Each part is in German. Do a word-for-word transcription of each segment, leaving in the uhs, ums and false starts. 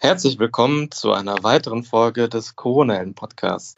Herzlich willkommen zu einer weiteren Folge des Corona-Helden-Podcasts.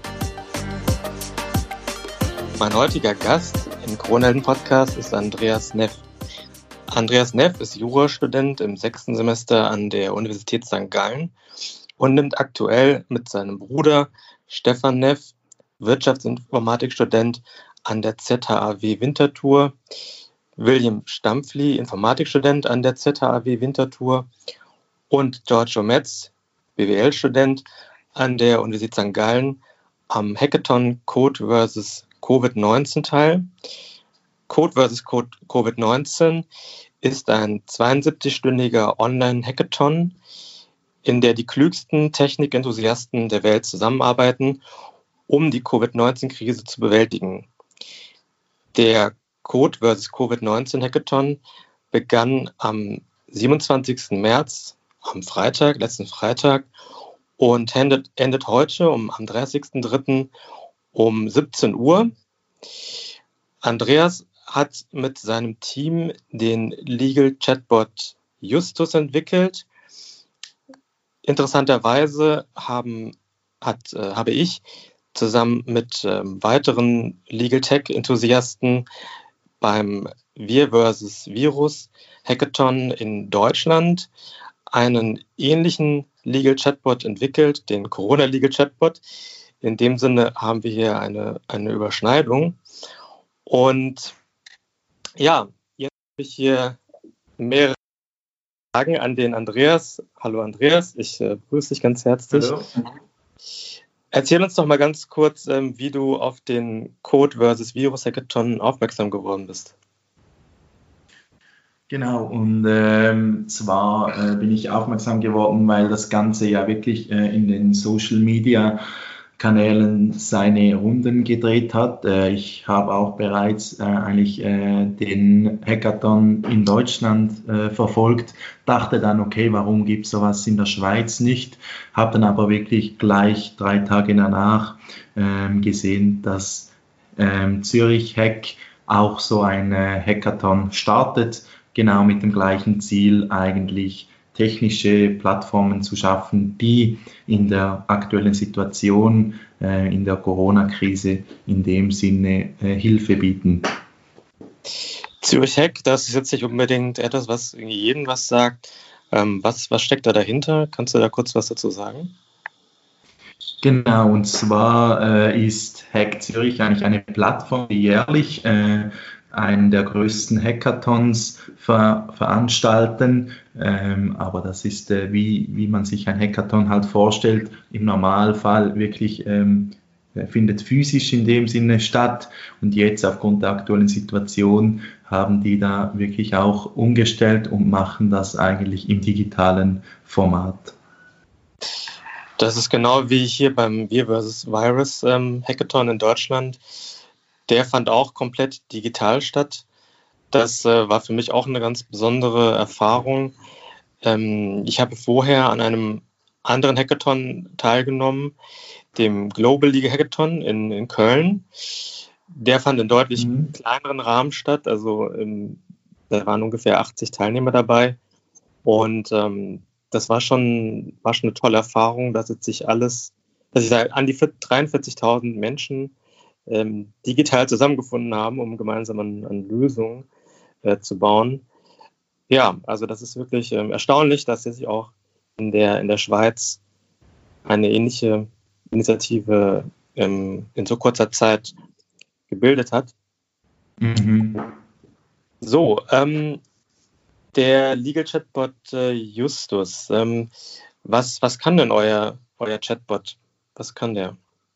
Mein heutiger Gast im Corona-Helden-Podcast ist Andreas Neff. Andreas Neff ist Jurastudent im sechsten Semester an der Universität Sankt Gallen und nimmt aktuell mit seinem Bruder Stefan Neff, Wirtschaftsinformatikstudent an der Z H A W Winterthur, William Stampfli, Informatikstudent an der Z H A W Winterthur und Giorgio Metz, B W L-Student an der Universität Sankt Gallen, am Hackathon Code versus Covid neunzehn teil. Code versus Covid neunzehn ist ein zweiundsiebzig-stündiger Online-Hackathon, in der die klügsten Technikenthusiasten der Welt zusammenarbeiten, um die Covid neunzehn-Krise zu bewältigen. Der Code versus Covid neunzehn Hackathon begann am siebenundzwanzigsten März, am Freitag, letzten Freitag, und endet, endet heute um, am dreißigsten dritten um siebzehn Uhr. Andreas hat mit seinem Team den Legal Chatbot Justus entwickelt. Interessanterweise haben, hat, äh, habe ich zusammen mit ähm, weiteren Legal Tech-Enthusiasten beim Wir versus Virus Hackathon in Deutschland einen ähnlichen Legal Chatbot entwickelt, den Corona Legal Chatbot. In dem Sinne haben wir hier eine, eine Überschneidung. Und ja, jetzt habe ich hier mehrere Fragen an den Andreas. Hallo Andreas, ich äh, grüße dich ganz herzlich. Hallo. Erzähl uns doch mal ganz kurz, ähm, wie du auf den Code versus Virus Hackathon aufmerksam geworden bist. Genau, und ähm, zwar äh, bin ich aufmerksam geworden, weil das Ganze ja wirklich äh, in den Social Media Kanälen seine Runden gedreht hat. Äh, ich habe auch bereits äh, eigentlich äh, den Hackathon in Deutschland äh, verfolgt, dachte dann, okay, warum gibt es sowas in der Schweiz nicht? Habe dann aber wirklich gleich drei Tage danach ähm, gesehen, dass ähm, Zürich Hack auch so ein äh, Hackathon startet, genau mit dem gleichen Ziel eigentlich technische Plattformen zu schaffen, die in der aktuellen Situation, äh, in der Corona-Krise in dem Sinne äh, Hilfe bieten. Zürich Hack, das ist jetzt nicht unbedingt etwas, was jedem was sagt. Ähm, was, was steckt da dahinter? Kannst du da kurz was dazu sagen? Genau, und zwar äh, ist Hack Zürich eigentlich eine Plattform, die jährlich äh, einen der größten Hackathons ver veranstalten, ähm, aber das ist, äh, wie, wie man sich ein Hackathon halt vorstellt, im Normalfall wirklich ähm, findet physisch in dem Sinne statt, und jetzt aufgrund der aktuellen Situation haben die da wirklich auch umgestellt und machen das eigentlich im digitalen Format. Das ist genau wie hier beim Wir versus Virus ähm, Hackathon in Deutschland. Der fand auch komplett digital statt. Das äh, war für mich auch eine ganz besondere Erfahrung. Ähm, ich habe vorher an einem anderen Hackathon teilgenommen, dem Global League Hackathon in, in Köln. Der fand in deutlich mhm. kleineren Rahmen statt. Also ähm, da waren ungefähr achtzig Teilnehmer dabei. Und ähm, das war schon, war schon eine tolle Erfahrung, dass jetzt sich alles, dass sich da an die dreiundvierzigtausend Menschen ähm, digital zusammengefunden haben, um gemeinsam an, an Lösungen äh, zu bauen. Ja, also das ist wirklich ähm, erstaunlich, dass sich auch in der, in der Schweiz eine ähnliche Initiative ähm, in so kurzer Zeit gebildet hat. Mhm. So, ähm, der Legal Chatbot äh, Justus, ähm, was, was kann denn euer, euer Chatbot? Was kann der?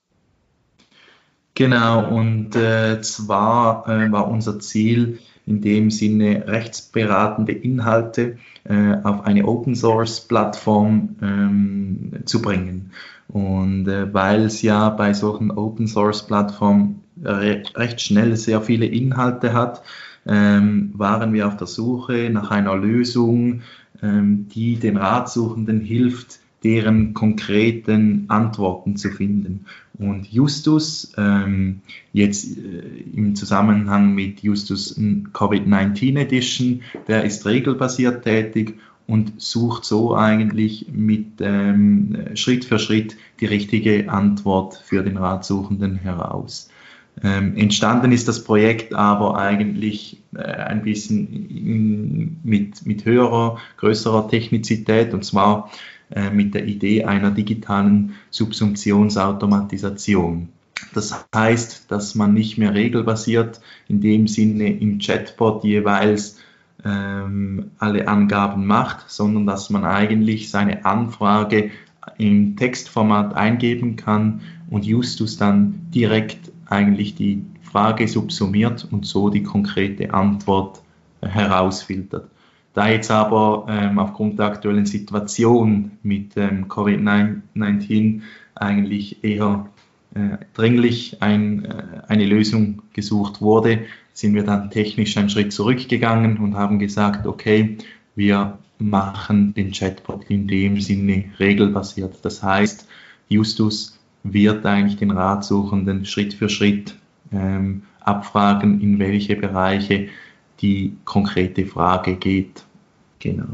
Genau, und äh, zwar äh, war unser Ziel in dem Sinne, rechtsberatende Inhalte äh, auf eine Open-Source-Plattform ähm, zu bringen. Und äh, weil es ja bei solchen Open-Source-Plattformen re recht schnell sehr viele Inhalte hat, ähm, waren wir auf der Suche nach einer Lösung, ähm, die den Ratsuchenden hilft, deren konkreten Antworten zu finden. Und Justus, ähm, jetzt äh, im Zusammenhang mit Justus Covid neunzehn Edition, der ist regelbasiert tätig und sucht so eigentlich mit ähm, Schritt für Schritt die richtige Antwort für den Ratsuchenden heraus. Ähm, entstanden ist das Projekt aber eigentlich äh, ein bisschen in, mit, mit höherer, größerer Technizität, und zwar äh, mit der Idee einer digitalen Subsumptionsautomatisation. Das heißt, dass man nicht mehr regelbasiert in dem Sinne im Chatbot jeweils ähm, alle Angaben macht, sondern dass man eigentlich seine Anfrage im Textformat eingeben kann und Justus dann direkt eigentlich die Frage subsumiert und so die konkrete Antwort äh, herausfiltert. Da jetzt aber ähm, aufgrund der aktuellen Situation mit ähm, Covid neunzehn eigentlich eher äh, dringlich ein, äh, eine Lösung gesucht wurde, sind wir dann technisch einen Schritt zurückgegangen und haben gesagt, okay, wir machen den Chatbot in dem Sinne regelbasiert. Das heißt, Justus wird eigentlich den Ratsuchenden Schritt für Schritt ähm, abfragen, in welche Bereiche die konkrete Frage geht. Genau.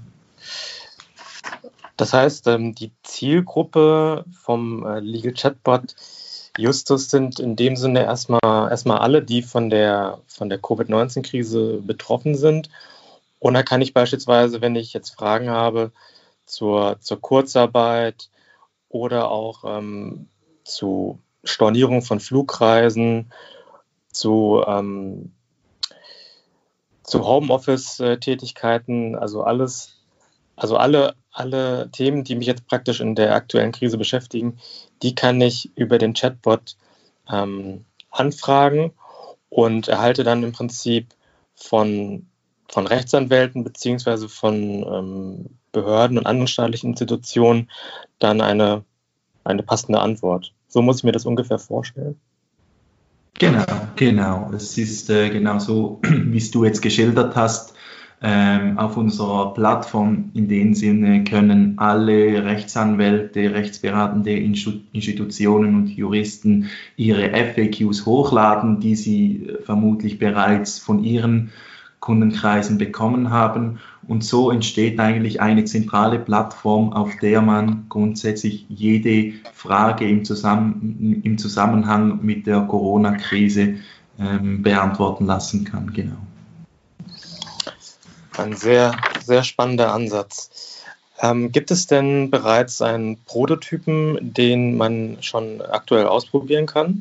Das heißt, ähm, die Zielgruppe vom äh, Legal Chatbot Justus sind in dem Sinne erstmal, erstmal alle, die von der, von der Covid neunzehn Krise betroffen sind. Und da kann ich beispielsweise, wenn ich jetzt Fragen habe zur, zur Kurzarbeit oder auch ähm, zu Stornierung von Flugreisen, zu, ähm, zu Homeoffice-Tätigkeiten, also alles, also alle, alle Themen, die mich jetzt praktisch in der aktuellen Krise beschäftigen, die kann ich über den Chatbot ähm, anfragen und erhalte dann im Prinzip von, von Rechtsanwälten beziehungsweise von ähm, Behörden und anderen staatlichen Institutionen dann eine, eine passende Antwort. So muss ich mir das ungefähr vorstellen. Genau, genau. Es ist äh, genau so, wie es du jetzt geschildert hast. Ähm, auf unserer Plattform in dem Sinne können alle Rechtsanwälte, rechtsberatende Institutionen und Juristen ihre F A Qs hochladen, die sie vermutlich bereits von ihren Kundenkreisen bekommen haben. Und so entsteht eigentlich eine zentrale Plattform, auf der man grundsätzlich jede Frage im, Zusammen im Zusammenhang mit der Corona-Krise ähm, beantworten lassen kann. Genau. Ein sehr, sehr spannender Ansatz. Ähm, gibt es denn bereits einen Prototypen, den man schon aktuell ausprobieren kann?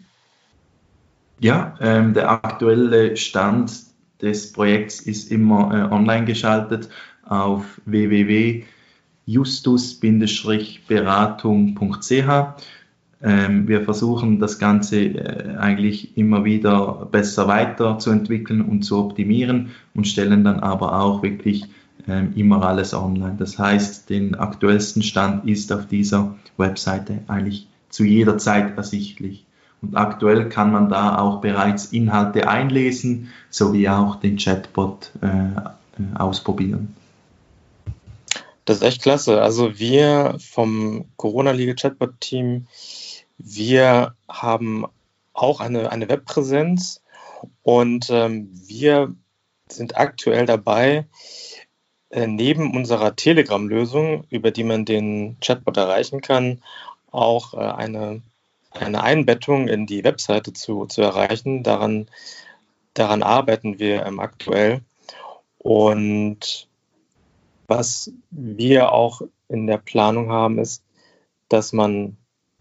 Ja, ähm, der aktuelle Stand des Projekts ist immer äh, online geschaltet auf w w w punkt justus beratung punkt c h. Ähm, wir versuchen das Ganze äh, eigentlich immer wieder besser weiterzuentwickeln und zu optimieren und stellen dann aber auch wirklich ähm, immer alles online. Das heißt, den aktuellsten Stand ist auf dieser Webseite eigentlich zu jeder Zeit ersichtlich. Und aktuell kann man da auch bereits Inhalte einlesen, sowie auch den Chatbot äh, ausprobieren. Das ist echt klasse. Also wir vom Corona Legal Chatbot Team, wir haben auch eine, eine Webpräsenz und ähm, wir sind aktuell dabei, äh, neben unserer Telegram-Lösung, über die man den Chatbot erreichen kann, auch äh, eine eine Einbettung in die Webseite zu, zu erreichen. Daran, daran arbeiten wir ähm, aktuell. Und was wir auch in der Planung haben, ist, dass man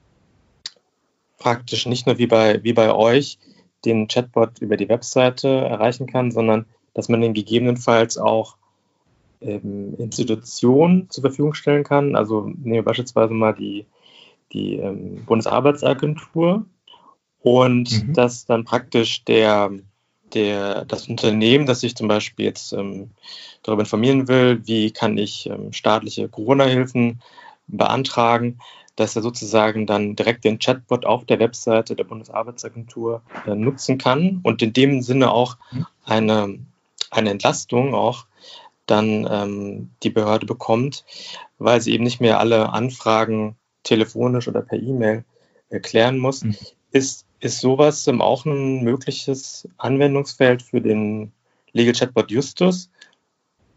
praktisch nicht nur wie bei, wie bei euch den Chatbot über die Webseite erreichen kann, sondern dass man den gegebenenfalls auch ähm, Institutionen zur Verfügung stellen kann. Also nehmen wir beispielsweise mal die die ähm, Bundesarbeitsagentur und mhm. dass dann praktisch der, der, das Unternehmen, das sich zum Beispiel jetzt ähm, darüber informieren will, wie kann ich ähm, staatliche Corona-Hilfen beantragen, dass er sozusagen dann direkt den Chatbot auf der Webseite der Bundesarbeitsagentur äh, nutzen kann und in dem Sinne auch eine, eine Entlastung auch dann ähm, die Behörde bekommt, weil sie eben nicht mehr alle Anfragen telefonisch oder per E-Mail erklären muss. Mhm. Ist, ist sowas ähm, auch ein mögliches Anwendungsfeld für den Legal Chatbot Justus?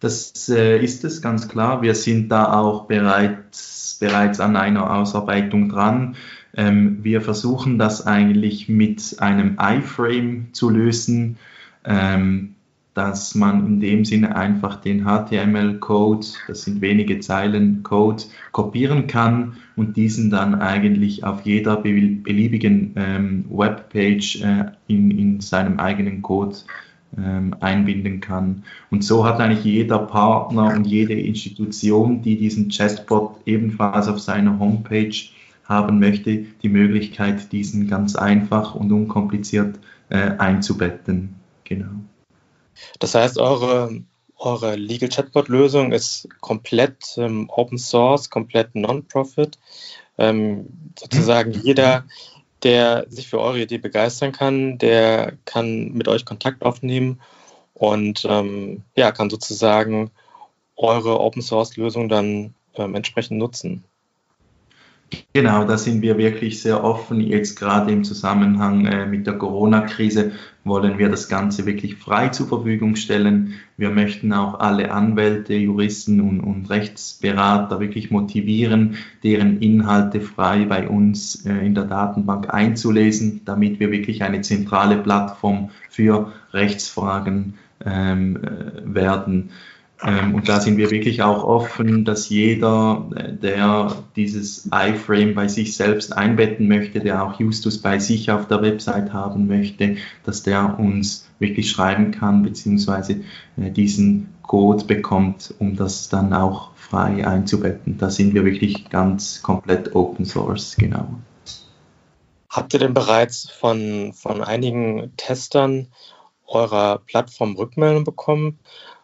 Das äh, ist es ganz klar. Wir sind da auch bereits, bereits an einer Ausarbeitung dran. Ähm, wir versuchen das eigentlich mit einem iFrame zu lösen, ähm, dass man in dem Sinne einfach den H T M L-Code, das sind wenige Zeilen Code, kopieren kann und diesen dann eigentlich auf jeder beliebigen ähm, Webpage äh, in, in seinem eigenen Code ähm, einbinden kann. Und so hat eigentlich jeder Partner und jede Institution, die diesen Chatbot ebenfalls auf seiner Homepage haben möchte, die Möglichkeit, diesen ganz einfach und unkompliziert äh, einzubetten. Genau. Das heißt, eure, eure Legal Chatbot-Lösung ist komplett ähm, Open Source, komplett Non-Profit. Ähm, sozusagen jeder, der sich für eure Idee begeistern kann, der kann mit euch Kontakt aufnehmen und ähm, ja, kann sozusagen eure Open-Source-Lösung dann ähm, entsprechend nutzen. Genau, da sind wir wirklich sehr offen. Jetzt gerade im Zusammenhang äh, mit der Corona-Krise wollen wir das Ganze wirklich frei zur Verfügung stellen. Wir möchten auch alle Anwälte, Juristen und, und Rechtsberater wirklich motivieren, deren Inhalte frei bei uns äh, in der Datenbank einzulesen, damit wir wirklich eine zentrale Plattform für Rechtsfragen ähm, äh, werden. Ähm, und da sind wir wirklich auch offen, dass jeder, der dieses iFrame bei sich selbst einbetten möchte, der auch Justus bei sich auf der Website haben möchte, dass der uns wirklich schreiben kann, beziehungsweise äh, diesen Code bekommt, um das dann auch frei einzubetten. Da sind wir wirklich ganz komplett Open Source, genau. Habt ihr denn bereits von, von einigen Testern eurer Plattform Rückmeldung bekommen?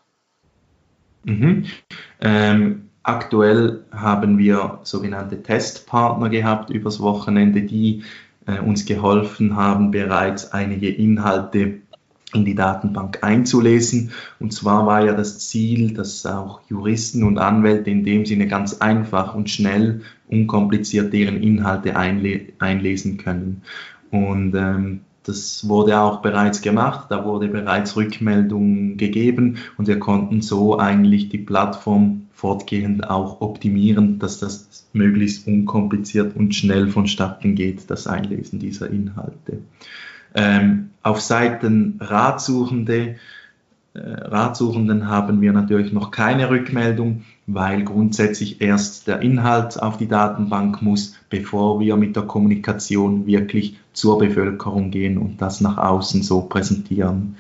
Mhm. Ähm, aktuell haben wir sogenannte Testpartner gehabt übers Wochenende, die äh, uns geholfen haben, bereits einige Inhalte in die Datenbank einzulesen. Und zwar war ja das Ziel, dass auch Juristen und Anwälte in dem Sinne ganz einfach und schnell, unkompliziert deren Inhalte einle einlesen können. Und ähm, das wurde auch bereits gemacht, da wurde bereits Rückmeldung gegeben und wir konnten so eigentlich die Plattform fortgehend auch optimieren, dass das möglichst unkompliziert und schnell vonstatten geht, das Einlesen dieser Inhalte. Ähm, auf Seiten Ratsuchende, äh, Ratsuchenden haben wir natürlich noch keine Rückmeldung, weil grundsätzlich erst der Inhalt auf die Datenbank muss, bevor wir mit der Kommunikation wirklich zur Bevölkerung gehen und das nach außen so präsentieren.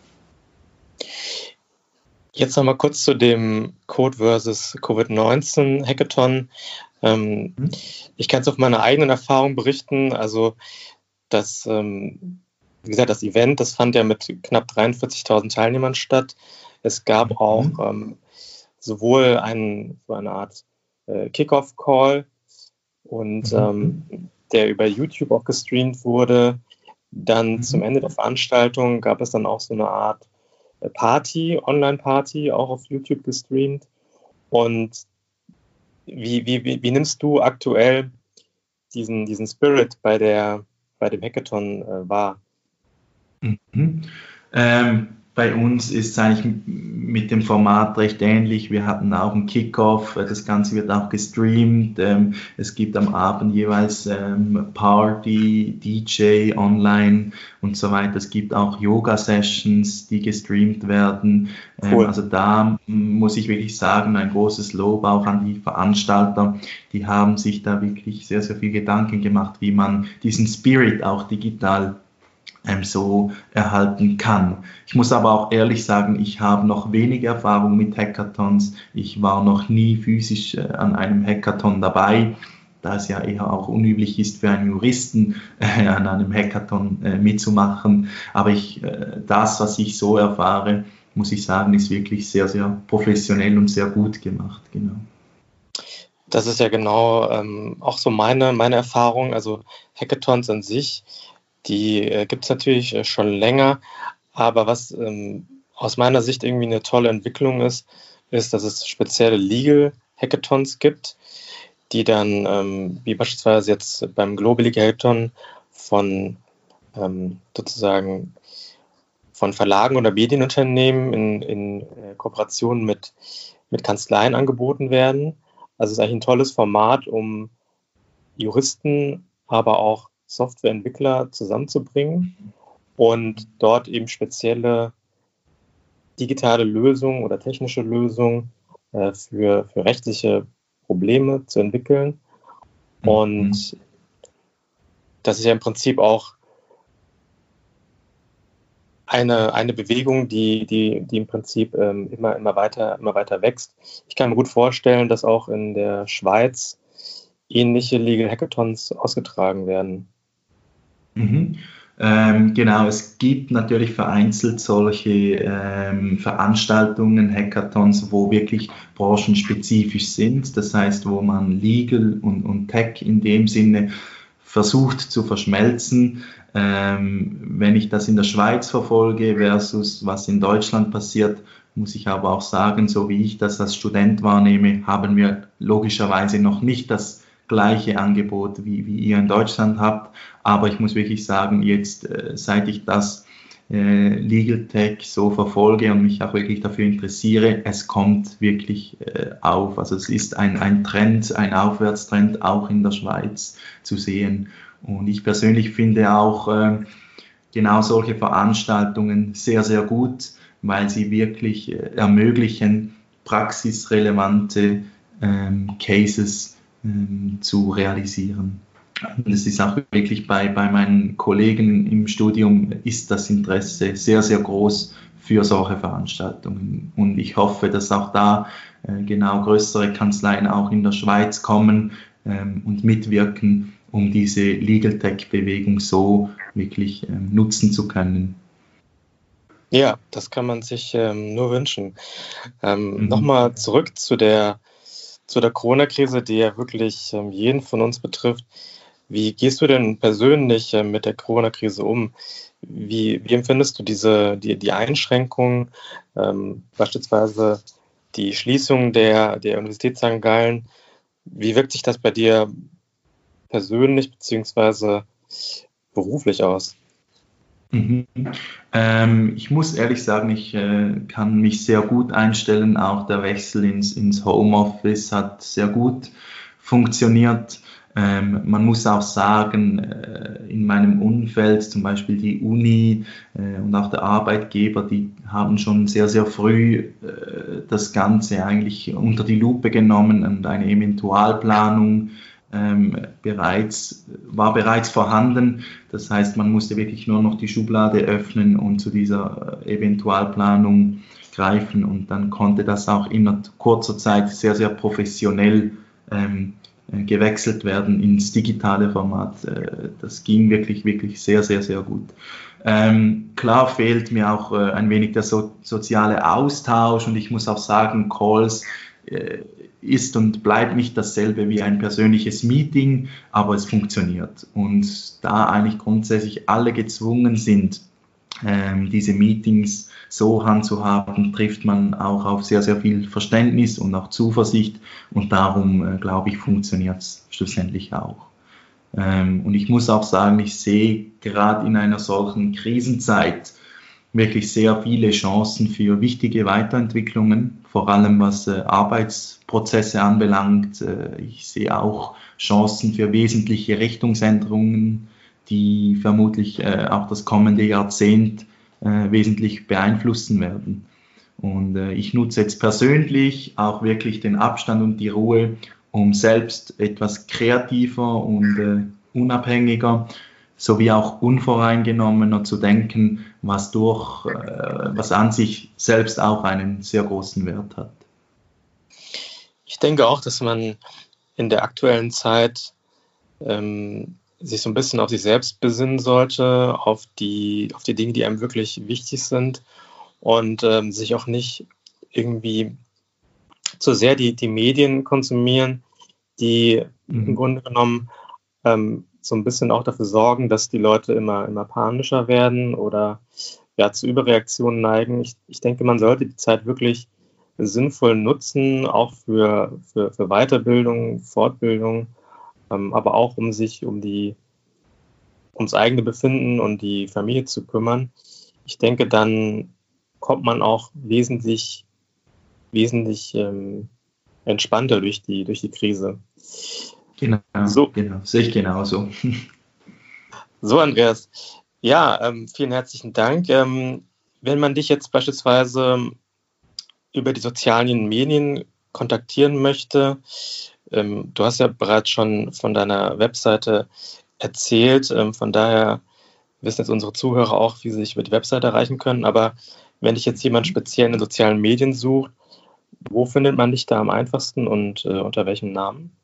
Jetzt nochmal kurz zu dem Code versus Covid neunzehn Hackathon. Ähm, hm? Ich kann es auf meine eigenen Erfahrungen berichten. Also das, ähm, wie gesagt, das Event, das fand ja mit knapp dreiundvierzigtausend Teilnehmern statt. Es gab mhm. auch ähm, sowohl einen, so eine Art äh, Kickoff-Call und mhm. ähm, der über YouTube auch gestreamt wurde. Dann mhm. zum Ende der Veranstaltung gab es dann auch so eine Art Party, Online-Party, auch auf YouTube gestreamt. Und wie, wie, wie, wie nimmst du aktuell diesen, diesen Spirit bei, der, bei dem Hackathon äh, wahr? Mhm. Ähm, bei uns ist es eigentlich mit dem Format recht ähnlich. Wir hatten auch einen Kickoff, das Ganze wird auch gestreamt. Ähm, es gibt am Abend jeweils ähm, Party, D J online und so weiter. Es gibt auch Yoga-Sessions, die gestreamt werden. Ähm, cool. Also da muss ich wirklich sagen, ein großes Lob auch an die Veranstalter. Die haben sich da wirklich sehr, sehr viel Gedanken gemacht, wie man diesen Spirit auch digital so erhalten kann. Ich muss aber auch ehrlich sagen, ich habe noch wenig Erfahrung mit Hackathons. Ich war noch nie physisch äh, an einem Hackathon dabei, da es ja eher auch unüblich ist für einen Juristen äh, an einem Hackathon äh, mitzumachen. Aber ich, äh, das, was ich so erfahre, muss ich sagen, ist wirklich sehr, sehr professionell und sehr gut gemacht. Genau. Das ist ja genau ähm, auch so meine, meine Erfahrung. Also Hackathons an sich, die äh, gibt es natürlich äh, schon länger, aber was ähm, aus meiner Sicht irgendwie eine tolle Entwicklung ist, ist, dass es spezielle Legal Hackathons gibt, die dann, ähm, wie beispielsweise jetzt beim Global Legal Hackathon von ähm, sozusagen von Verlagen oder Medienunternehmen in, in äh, Kooperation mit, mit Kanzleien angeboten werden. Also es ist eigentlich ein tolles Format, um Juristen, aber auch Softwareentwickler zusammenzubringen und dort eben spezielle digitale Lösungen oder technische Lösungen äh, für, für rechtliche Probleme zu entwickeln. Und mhm. das ist ja im Prinzip auch eine, eine Bewegung, die, die, die im Prinzip ähm, immer, immer, weiter, immer weiter wächst. Ich kann mir gut vorstellen, dass auch in der Schweiz ähnliche Legal Hackathons ausgetragen werden. Mhm. Ähm, genau, es gibt natürlich vereinzelt solche ähm, Veranstaltungen, Hackathons, wo wirklich branchenspezifisch sind. Das heißt, wo man Legal und, und Tech in dem Sinne versucht zu verschmelzen. Ähm, wenn ich das in der Schweiz verfolge versus was in Deutschland passiert, muss ich aber auch sagen, so wie ich das als Student wahrnehme, haben wir logischerweise noch nicht das gleiche Angebot, wie, wie ihr in Deutschland habt. Aber ich muss wirklich sagen, jetzt, äh, seit ich das äh, Legal Tech so verfolge und mich auch wirklich dafür interessiere, es kommt wirklich äh, auf. Also es ist ein, ein Trend, ein Aufwärtstrend auch in der Schweiz zu sehen. Und ich persönlich finde auch äh, genau solche Veranstaltungen sehr, sehr gut, weil sie wirklich äh, ermöglichen, praxisrelevante ähm, Cases ähm, zu realisieren. Und es ist auch wirklich bei, bei meinen Kollegen im Studium ist das Interesse sehr, sehr groß für solche Veranstaltungen. Und ich hoffe, dass auch da äh, genau größere Kanzleien auch in der Schweiz kommen ähm, und mitwirken, um diese Legal Tech-Bewegung so wirklich ähm, nutzen zu können. Ja, das kann man sich ähm, nur wünschen. Ähm, mhm. Nochmal zurück zu der, zu der Corona-Krise, die ja wirklich ähm, jeden von uns betrifft. Wie gehst du denn persönlich äh, mit der Corona-Krise um? Wie, wie empfindest du diese, die, die Einschränkungen, ähm, beispielsweise die Schließung der, der Universität Sankt Gallen? Wie wirkt sich das bei dir persönlich bzw. beruflich aus? Mhm. Ähm, ich muss ehrlich sagen, ich äh, kann mich sehr gut einstellen. Auch der Wechsel ins, ins Homeoffice hat sehr gut funktioniert. Ähm, man muss auch sagen, äh, in meinem Umfeld, zum Beispiel die Uni äh, und auch der Arbeitgeber, die haben schon sehr, sehr früh äh, das Ganze eigentlich unter die Lupe genommen und eine Eventualplanung ähm, bereits, war bereits vorhanden. Das heißt, man musste wirklich nur noch die Schublade öffnen und zu dieser Eventualplanung greifen und dann konnte das auch in kurzer Zeit sehr, sehr professionell ähm, gewechselt werden ins digitale Format. Das ging wirklich, wirklich sehr, sehr, sehr gut. Ähm, klar fehlt mir auch äh, ein wenig der so soziale Austausch und ich muss auch sagen, Calls äh, ist und bleibt nicht dasselbe wie ein persönliches Meeting, aber es funktioniert. Und da eigentlich grundsätzlich alle gezwungen sind, ähm, diese Meetings so handzuhaben, trifft man auch auf sehr, sehr viel Verständnis und auch Zuversicht und darum, äh, glaube ich, funktioniert es schlussendlich auch. Ähm, und ich muss auch sagen, ich sehe gerade in einer solchen Krisenzeit wirklich sehr viele Chancen für wichtige Weiterentwicklungen, vor allem was äh, Arbeitsprozesse anbelangt. Äh, ich sehe auch Chancen für wesentliche Richtungsänderungen, die vermutlich äh, auch das kommende Jahrzehnt äh, wesentlich beeinflussen werden. Und äh, ich nutze jetzt persönlich auch wirklich den Abstand und die Ruhe, um selbst etwas kreativer und äh, unabhängiger sowie auch unvoreingenommener zu denken, was durch, äh, was an sich selbst auch einen sehr großen Wert hat. Ich denke auch, dass man in der aktuellen Zeit ähm, sich so ein bisschen auf sich selbst besinnen sollte, auf die, auf die Dinge, die einem wirklich wichtig sind und ähm, sich auch nicht irgendwie zu sehr die, die Medien konsumieren, die mhm. im Grunde genommen ähm, so ein bisschen auch dafür sorgen, dass die Leute immer, immer panischer werden oder ja, zu Überreaktionen neigen. Ich, ich denke, man sollte die Zeit wirklich sinnvoll nutzen, auch für, für, für Weiterbildung, Fortbildung, ähm, aber auch um sich um die ums eigene Befinden und die Familie zu kümmern. Ich ich denke, dann kommt man auch wesentlich, wesentlich ähm, entspannter durch die, durch die Krise. Genau, so. genau, sehe ich genauso. So, Andreas, ja, ähm, vielen herzlichen Dank. Ähm, wenn man dich jetzt beispielsweise über die sozialen Medien kontaktieren möchte, ähm, du hast ja bereits schon von deiner Webseite erzählt, ähm, von daher wissen jetzt unsere Zuhörer auch, wie sie sich über die Webseite erreichen können, aber wenn dich jetzt jemand speziell in den sozialen Medien sucht, wo findet man dich da am einfachsten und äh, unter welchem Namen?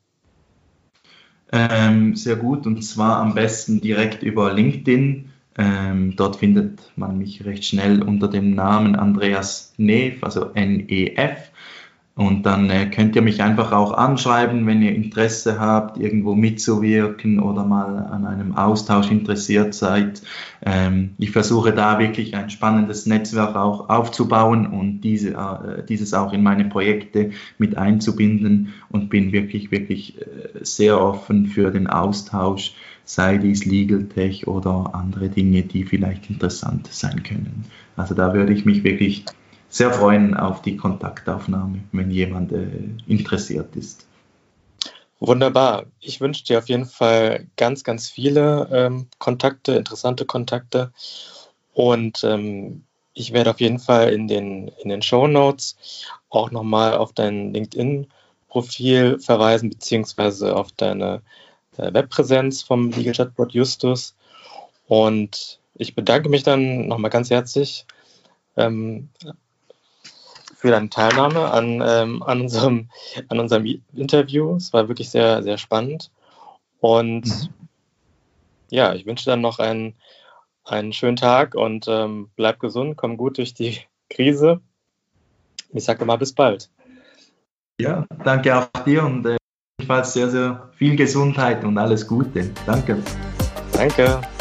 Ähm, sehr gut, und zwar am besten direkt über LinkedIn. Ähm, dort findet man mich recht schnell unter dem Namen Andreas Neff, also N E F. Und dann äh, könnt ihr mich einfach auch anschreiben, wenn ihr Interesse habt, irgendwo mitzuwirken oder mal an einem Austausch interessiert seid. Ähm, ich versuche da wirklich ein spannendes Netzwerk auch aufzubauen und diese, äh, dieses auch in meine Projekte mit einzubinden und bin wirklich, wirklich äh, sehr offen für den Austausch, sei dies Legal Tech oder andere Dinge, die vielleicht interessant sein können. Also da würde ich mich wirklich sehr freuen auf die Kontaktaufnahme, wenn jemand äh, interessiert ist. Wunderbar. Ich wünsche dir auf jeden Fall ganz, ganz viele ähm, Kontakte, interessante Kontakte. Und ähm, ich werde auf jeden Fall in den, in den Shownotes auch nochmal auf dein LinkedIn-Profil verweisen, beziehungsweise auf deine äh, Webpräsenz vom Legal Chatbot Justus. Und ich bedanke mich dann nochmal ganz herzlich ähm, für deine Teilnahme an, ähm, an, unserem, an unserem Interview. Es war wirklich sehr, sehr spannend. Und mhm. ja, ich wünsche dann noch einen, einen schönen Tag und ähm, bleib gesund, komm gut durch die Krise. Ich sage mal bis bald. Ja, danke auch dir und äh, ebenfalls sehr, sehr viel Gesundheit und alles Gute. Danke. Danke.